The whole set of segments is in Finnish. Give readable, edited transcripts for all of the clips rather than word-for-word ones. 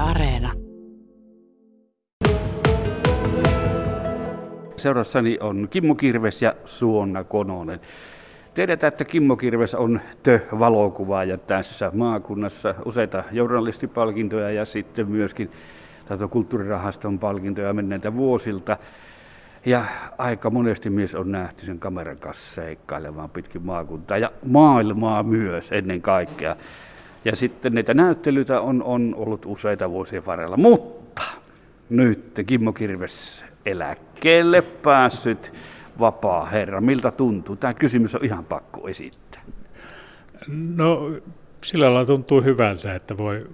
Areena. Seurassani on Kimmo Kirves ja Suonna Kononen. Tiedetään, että Kimmo Kirves on valokuvaaja tässä maakunnassa. Useita journalistipalkintoja ja sitten myöskin kulttuurirahaston palkintoja menneiltä vuosilta. Ja aika monesti mies on nähty sen kameran kanssa seikkailemaan pitkin maakuntaa ja maailmaa myös ennen kaikkea. Ja sitten näitä näyttelyitä on ollut useita vuosien varrella. Mutta nyt Kimmo Kirves eläkkeelle päässyt vapaa herra. Miltä tuntuu? Tämä kysymys on ihan pakko esittää. No sillä lailla tuntuu hyvältä, että voi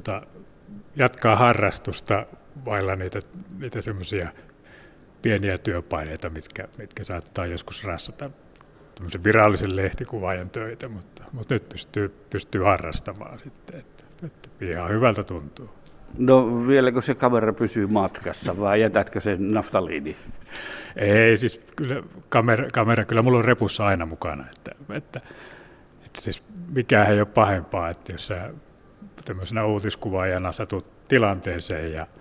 jatkaa harrastusta vailla niitä semmoisia pieniä työpaineita, mitkä saattaa joskus rassata tämmöisen virallisen lehtikuvaajan töitä, mutta nyt pystyy harrastamaan sitten, että ihan hyvältä tuntuu. No vieläkö se kamera pysyy matkassa vai jätätkö sen naftaliini? Ei, siis kyllä kamera kyllä mulla on repussa aina mukana, että siis mikään ei ole pahempaa, että jos sä tämmöisenä uutiskuvaajana satut tilanteeseen ja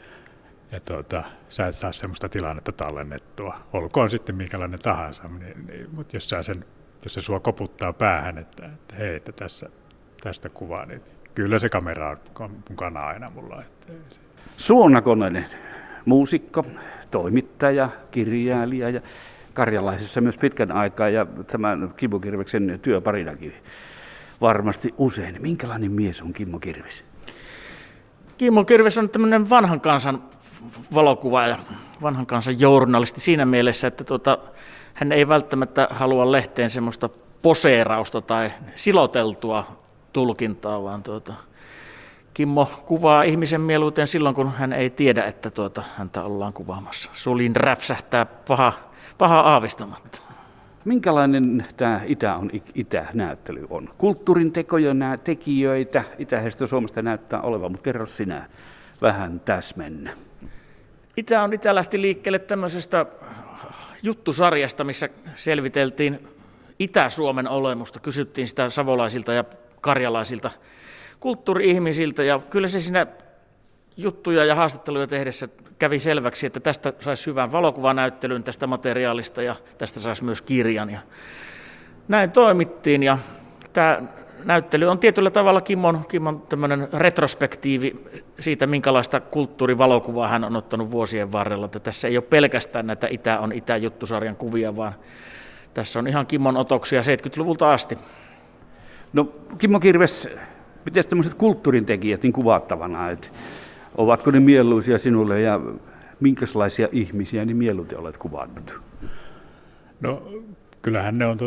sä et saa semmoista tilannetta tallennettua, olkoon sitten minkälainen tahansa, mutta jos se sua koputtaa päähän, että hei, että tästä kuvaa, niin kyllä se kamera on mukana aina mulla. Suonna Kononen, muusikko, toimittaja, kirjailija ja Karjalaisessa myös pitkän aikaa ja tämän Kimmo Kirveksen työparinakin varmasti usein. Minkälainen mies on Kimmo Kirves? Kimmo Kirves on tämmöinen vanhan kansan valokuvaaja, vanhan kansan journalisti siinä mielessä, että hän ei välttämättä halua lehteen semmoista poseerausta tai siloteltua tulkintaa, vaan Kimmo kuvaa ihmisen mieluiten silloin, kun hän ei tiedä, että häntä ollaan kuvaamassa. Suliin räpsähtää paha aavistamatta. Minkälainen tämä Itä on Itä-näyttely on? Kulttuurin tekijöitä itäisestä Suomesta näyttää olevan, mutta kerro sinä vähän täsmennä. Itä lähti liikkeelle tämmöisestä juttusarjasta, missä selviteltiin Itä-Suomen olemusta. Kysyttiin sitä savolaisilta ja karjalaisilta kulttuuri-ihmisiltä ja kyllä se siinä juttuja ja haastatteluja tehdessä kävi selväksi, että tästä saisi hyvän valokuvanäyttelyn tästä materiaalista ja tästä saisi myös kirjan. Ja näin toimittiin ja tämä näyttely on tietyllä tavalla Kimmon tämmöinen retrospektiivi siitä, minkälaista kulttuurivalokuvaa hän on ottanut vuosien varrella. Että tässä ei ole pelkästään näitä Itä on Itä-juttusarjan kuvia, vaan tässä on ihan Kimmon otoksia 70-luvulta asti. No Kimmo Kirves, miten tämmöiset kulttuurin tekijät niin kuvattavana, että ovatko ne mieluisia sinulle ja minkälaisia ihmisiä niin mieluiten olet kuvannut? No kyllähän ne on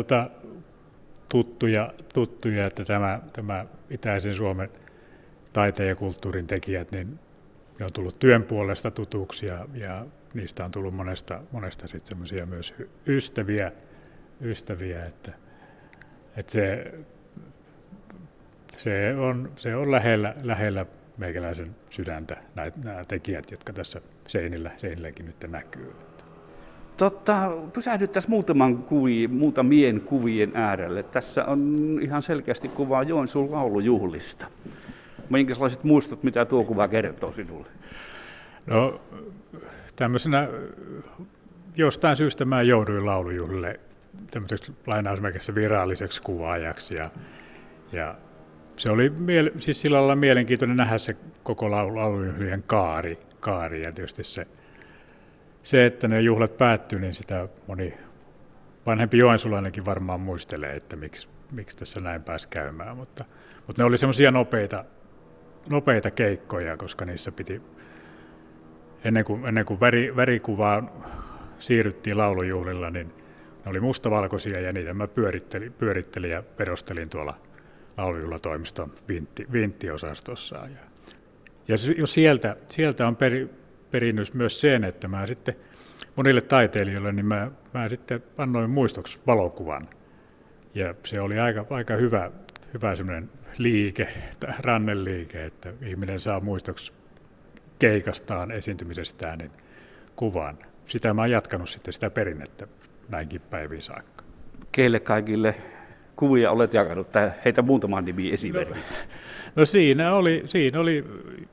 tuttuja, että tämä itäisen Suomen taiteen ja kulttuurin tekijät, niin ne on tullut työn puolesta tutuksi ja niistä on tullut monesta sitten semmoisia myös ystäviä, että se on lähellä meikäläisen sydäntä nämä tekijät, jotka tässä seinilläkin nyt näkyy. Pysähdyttäisiin muutamien kuvien äärelle. Tässä on ihan selkeästi kuvaa Joensuun laulujuhlista. Minkälaiset muistot, mitä tuo kuva kertoo sinulle? No tämmöisenä jostain syystä mä jouduin laulujuhlille tämmöiseksi lainausmerkissä viralliseksi kuvaajaksi ja se oli siis sillä lailla mielenkiintoinen nähdä se koko laulujuhlien kaari ja tietysti se, että ne juhlat päättyi, niin sitä moni vanhempi joensulainenkin varmaan muistelee, että miksi tässä näin pääsi käymään, mutta ne oli semmoisia nopeita keikkoja, koska niissä piti, ennen kuin värikuvaan siirryttiin laulujuhlilla, niin ne oli mustavalkoisia ja niitä mä pyörittelin ja perustelin tuolla laulujuhlatoimiston vinttiosastossa. Ja jo sieltä on perinnyt myös sen, että mä sitten monille taiteilijoille, niin mä sitten annoin muistoksi valokuvan. Ja se oli aika hyvä semmoinen liike, ranneliike, että ihminen saa muistoksi keikastaan, esiintymisestään niin kuvan. Sitä mä oon jatkanut sitten sitä perinnettä näinkin päiviin saakka. Keille kaikille kuvia olet jakanut, tai heitä muutaman nimi esimerkki? No siinä oli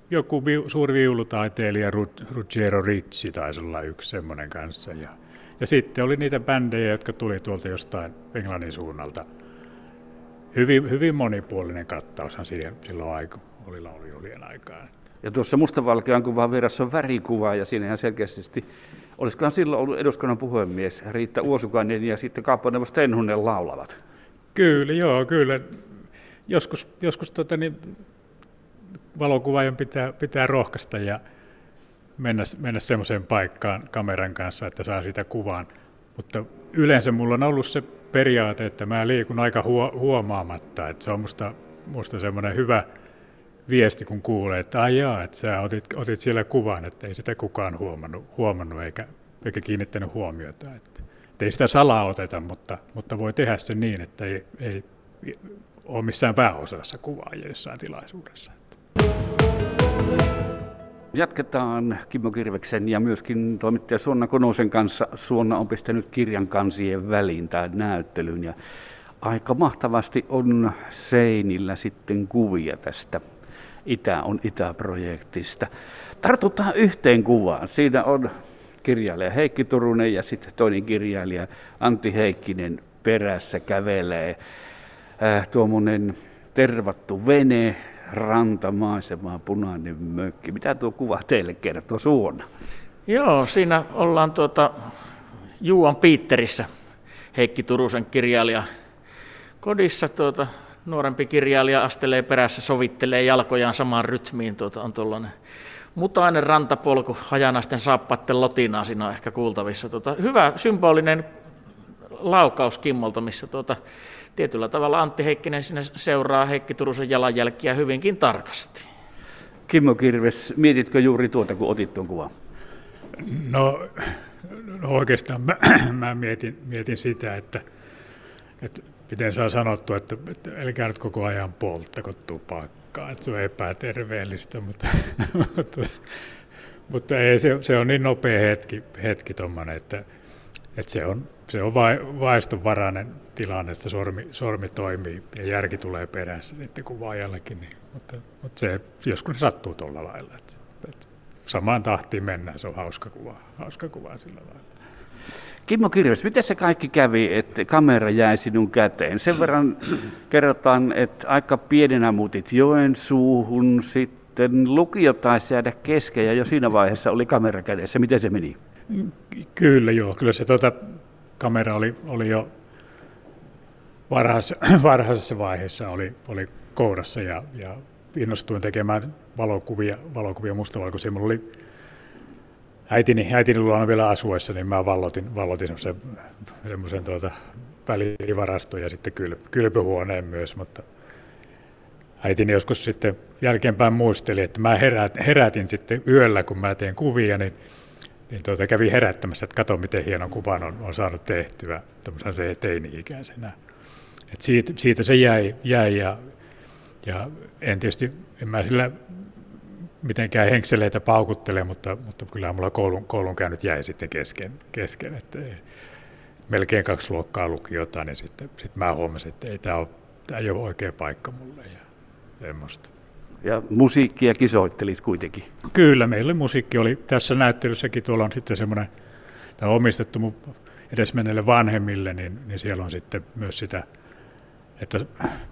joku suuri viulutaiteilija, Ruggiero Ricci taisi olla yksi semmoinen kanssa. Ja sitten oli niitä bändejä, jotka tuli tuolta jostain Englannin suunnalta. Hyvin monipuolinen kattaushan silloin oli laulujuhlien aikaan. Ja tuossa mustavalkean kuvan vieressä on värikuva ja siinä ihan selkeästi, olisikohan silloin ollut eduskunnan puhemies Riitta Uosukainen ja sitten kauppaneuvos Tenhunen laulavat? Kyllä. Joskus valokuvaajan pitää rohkaista ja mennä semmoiseen paikkaan kameran kanssa, että saa sitä kuvaan. Mutta yleensä mulla on ollut se periaate, että mä liikun aika huomaamatta, että se on musta semmoinen hyvä viesti, kun kuulee, että että sä otit siellä kuvan, että ei sitä kukaan huomannut eikä kiinnittänyt huomiota. Että ei sitä salaa oteta, mutta voi tehdä sen niin, että ei ole missään pääosassa kuvaajia jossain tilaisuudessa. Jatketaan Kimmo Kirveksen ja myöskin toimittaja Suonna Konosen kanssa. Suonna on pistänyt kirjan kansien väliin tämän näyttelyn ja aika mahtavasti on seinillä sitten kuvia tästä Itä on Itä-projektista. Tartutaan yhteen kuvaan. Siinä on kirjailija Heikki Turunen ja sitten toinen kirjailija Antti Heikkinen perässä kävelee. Tuommoinen tervattu vene, rantamaisema, punainen mökki. Mitä tuo kuva teille kertoo, Suonna? Joo, siinä ollaan Juuan Piitterissä, Heikki Turusen kirjailija kodissa. Nuorempi kirjailija astelee perässä, sovittelee jalkojaan samaan rytmiin. On tuollainen mutainen rantapolku, hajanaisten saappaiden lotinaa siinä on ehkä kuultavissa. Hyvä symbolinen laukaus Kimmolta, missä tietyllä tavalla Antti Heikkinen sinne seuraa Heikki Turusen jalanjälkiä hyvinkin tarkasti. Kimmo Kirves, mietitkö juuri tuota, kun otit tuon kuvan? No oikeastaan mä mietin sitä, että miten saa sanottua, että älkää nyt koko ajan polttako tupakkaa, että se on epäterveellistä, mutta ei, se on niin nopea hetki tommoinen, että se on vaistonvarainen tilanne, että sormi toimii ja järki tulee perässä sitten kuvaajallakin, mutta se joskus sattuu tuolla lailla, että samaan tahtiin mennään, se on hauska kuva sillä lailla. Kimmo Kirves, miten se kaikki kävi, että kamera jäi sinun käteen? Sen verran kerrotaan, että aika pienenä muutit Joensuuhun, sitten lukio taisi jäädä kesken ja jo siinä vaiheessa oli kamera kädessä. Miten se meni? Kyllä se kamera oli jo varhaisessa vaiheessa oli kourassa ja innostuin tekemään valokuvia mustavalkoisia. Mulla oli äitini luona vielä asuessa, niin mä vallotin semmoisen välivaraston ja sitten kylpyhuoneen myös, mutta äitini joskus sitten jälkeenpäin muisteli, että mä herätin sitten yöllä, kun mä teen kuvia, niin kävin herättämässä, että kato miten hienon kuvan on saanut tehtyä se teini-ikäisenä. Et siitä se jäi ja en mä sillä mitenkään henkseleitä paukuttele, mutta kyllä mulla koulun käynyt jäi sitten kesken että melkein 2 luokkaa lukiota, niin sitten mä huomasin, että tämä ei ole oikea paikka mulle ja semmoista. Ja musiikkia kisoittelit kuitenkin. Kyllä, meillä musiikki oli tässä näyttelyssäkin, tuolla on sitten semmoinen, tämä on omistettu mun edesmenneille vanhemmille, niin siellä on sitten myös sitä, että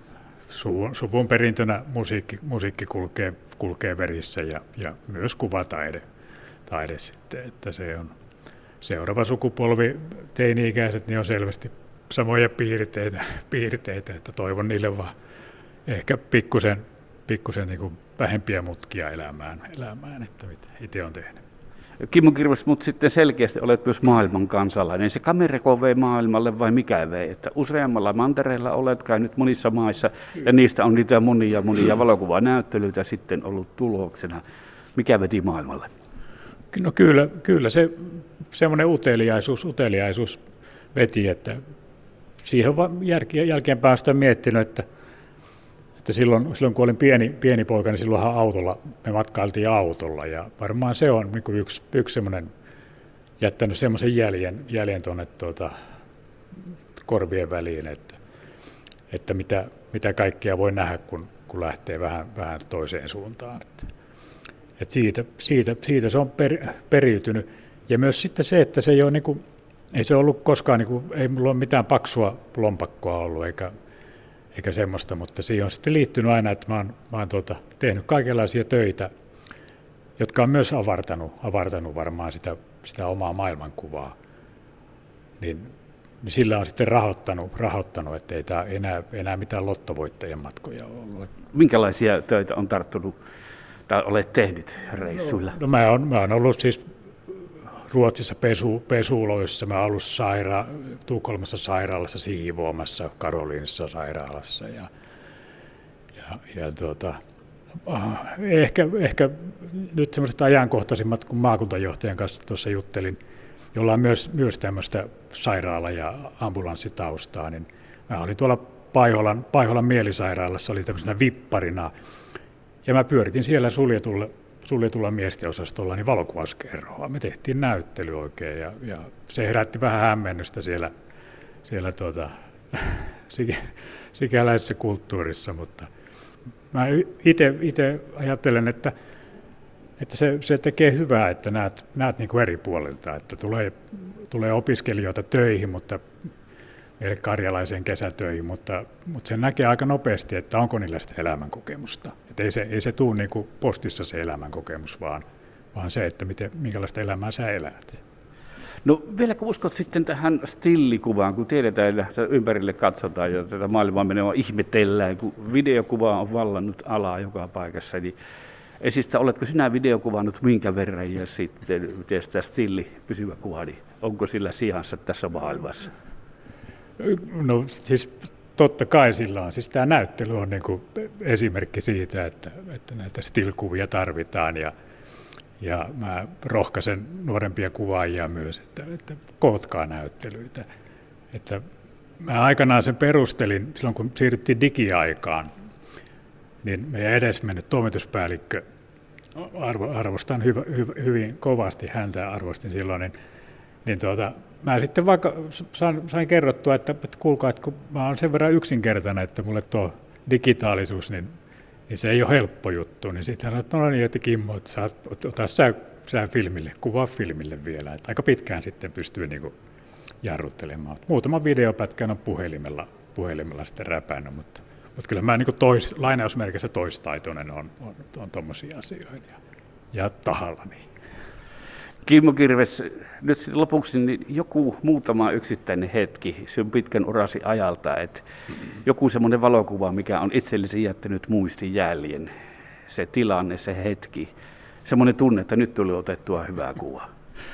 suvun perintönä musiikki kulkee verissä ja myös kuvataide sitten, että se on seuraava sukupolvi, teini-ikäiset, niin on selvästi samoja piirteitä, että toivon niille vaan ehkä pikkusen niin kuin vähempiä mutkia elämään, että mitä itse on tehnyt. Kimmo Kirves, mutta sitten selkeästi olet myös maailman kansalainen. Se kamerako vei maailmalle vai mikä vei? Että useammalla mantereella olet käynyt monissa maissa ja niistä on niitä monia valokuvanäyttelyitä sitten ollut tuloksena. Mikä veti maailmalle? No kyllä se semmoinen uteliaisuus veti, että siihen on jälkeenpäin sitä miettinyt, että silloin kun olin pieni poika, niin silloinhan me matkailtiin autolla ja varmaan se on niin kuin yksi semmoinen jättänyt semmoisen jäljen tuonne korvien väliin, että mitä kaikkea voi nähdä, kun lähtee vähän toiseen suuntaan. Et siitä se on periytynyt. Ja myös sitten se, että se ei ole niinku, ei se ollut koskaan, niinku, ei mulla ole mitään paksua lompakkoa ollut eikä semmoista, mutta siihen on sitten liittynyt aina, että mä oon tehnyt kaikenlaisia töitä, jotka on myös avartanut varmaan sitä omaa maailmankuvaa. Niin sillä on sitten rahoittanut, että ei tämä enää mitään lottovoittajien matkoja ollut. Minkälaisia töitä on tarttunut tai olet tehnyt reissuilla? No mä oon ollut siis Ruotsissa pesuloissa, mä oon ollut Tukholmassa sairaalassa siivoamassa, Karoliinissa sairaalassa ja ehkä nyt semmoiset ajankohtaisimmat, kun maakuntajohtajan kanssa tuossa juttelin, jolla on myös tämmöistä sairaala- ja ambulanssitaustaa, niin mä olin tuolla Paiholan mielisairaalassa, oli tämmöisenä vipparina, ja mä pyöritin siellä suljetulla miestenosastolla niin valokuvauskerhoa. Me tehtiin näyttely oikein, ja se herätti vähän hämmennystä siellä sikäläisessä kulttuurissa, mutta mä itse ajattelen, että se tekee hyvää, että näet niin kuin eri puolilta, että tulee opiskelijoita töihin, mutta meille karjalaiseen kesätöihin, mutta sen näkee aika nopeasti, että onko niillä sitä elämänkokemusta. Että ei se tule niin kuin postissa se elämänkokemus, vaan se, että minkälaista elämää sä elät. No vieläkö uskot sitten tähän stillikuvaan, kun tiedetään, että ympärille katsotaan ja tätä maailmaa menee ihmetellään, kun videokuva on vallannut alaa joka paikassa, niin esistä, oletko sinä videokuvannut minkä verran ja sitten miten sitä stilli pysyvä kuva, niin onko sillä sijansa tässä maailmassa? No siis totta kai sillä on. Siis tämä näyttely on niin kuin esimerkki siitä, että näitä still-kuvia tarvitaan ja mä rohkaisen nuorempia kuvaajia myös, että kootkaa näyttelyitä. Että mä aikanaan sen perustelin, silloin kun siirryttiin digiaikaan, niin meidän edesmennyt toimituspäällikkö, arvostan hyvin kovasti häntä, arvostin silloin, niin mä sitten vaikka sain kerrottua, että kuulkaa, että kun mä oon sen verran yksinkertainen, että mulle tuo digitaalisuus, niin se ei ole helppo juttu, niin sitten hän sanoi, että no niin, että Kimmo, että ota sä filmille, kuvaa filmille vielä, että aika pitkään sitten pystyy niin kuin jarruttelemaan. Muutaman videopätkän on puhelimella sitten räpännyt, mutta kyllä mä niin lainausmerkissä toistaitoinen on tuommoisia asioita ja tahallani. Kimmo Kirves, nyt sitten lopuksi niin joku muutama yksittäinen hetki sinun pitkän urasi ajalta, että joku semmoinen valokuva, mikä on itsellesi jättänyt muistijäljen, se tilanne, se hetki, semmoinen tunne, että nyt tuli otettua hyvää kuvaa.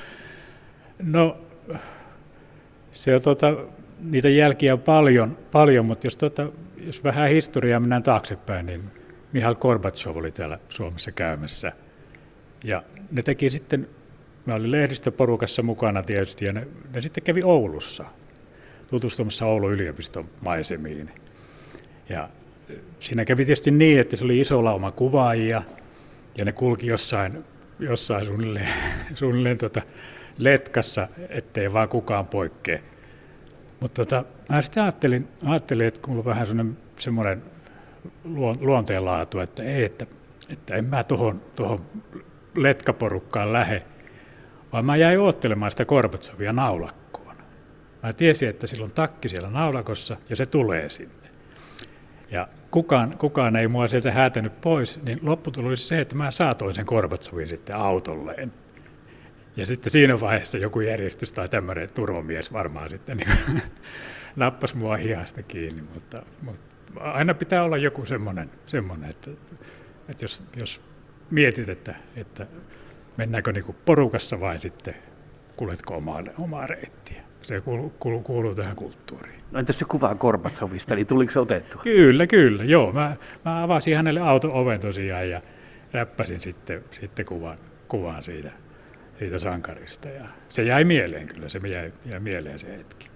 No, se on niitä jälkiä on paljon, mutta jos vähän historiaa mennään taaksepäin, niin Mihail Gorbatsov oli täällä Suomessa käymässä. Ja ne teki sitten, mä olin lehdistöporukassa mukana tietysti, ja ne sitten kävi Oulussa tutustumassa Oulun yliopiston maisemiin. Ja siinä kävi tietysti niin, että se oli iso lauma kuvaajia, ja ne kulki jossain suunnilleen letkassa, ettei vaan kukaan poikkea. Mutta mä sitten ajattelin, että mulla on vähän semmoinen luonteenlaatu, että en mä tuohon letkaporukkaan lähde, vaan mä jäin odottelemaan sitä Gorbatsovia naulakkoon. Mä tiesin, että sillä on takki siellä naulakossa ja se tulee sinne. Ja kukaan ei mua sieltä häätänyt pois, niin lopputulos oli se, että mä saatoin sen Gorbatsovin sitten autolleen. Ja sitten siinä vaiheessa joku järjestys tai tämmöinen turvamies varmaan sitten niin nappasi mua hihasta kiinni, mutta aina pitää olla joku semmoinen että jos mietit, että mennäänkö niin kuin porukassa vai sitten kuljetko omaa reittiä. Se kuuluu tähän kulttuuriin. No entäs se kuva Gorbatsovista, niin tuliko se otettua? Kyllä, joo. Mä avasin hänelle auton oven tosiaan ja räppäsin sitten kuvan siitä sankarista. Ja se jäi mieleen kyllä, se jäi mieleen se hetki.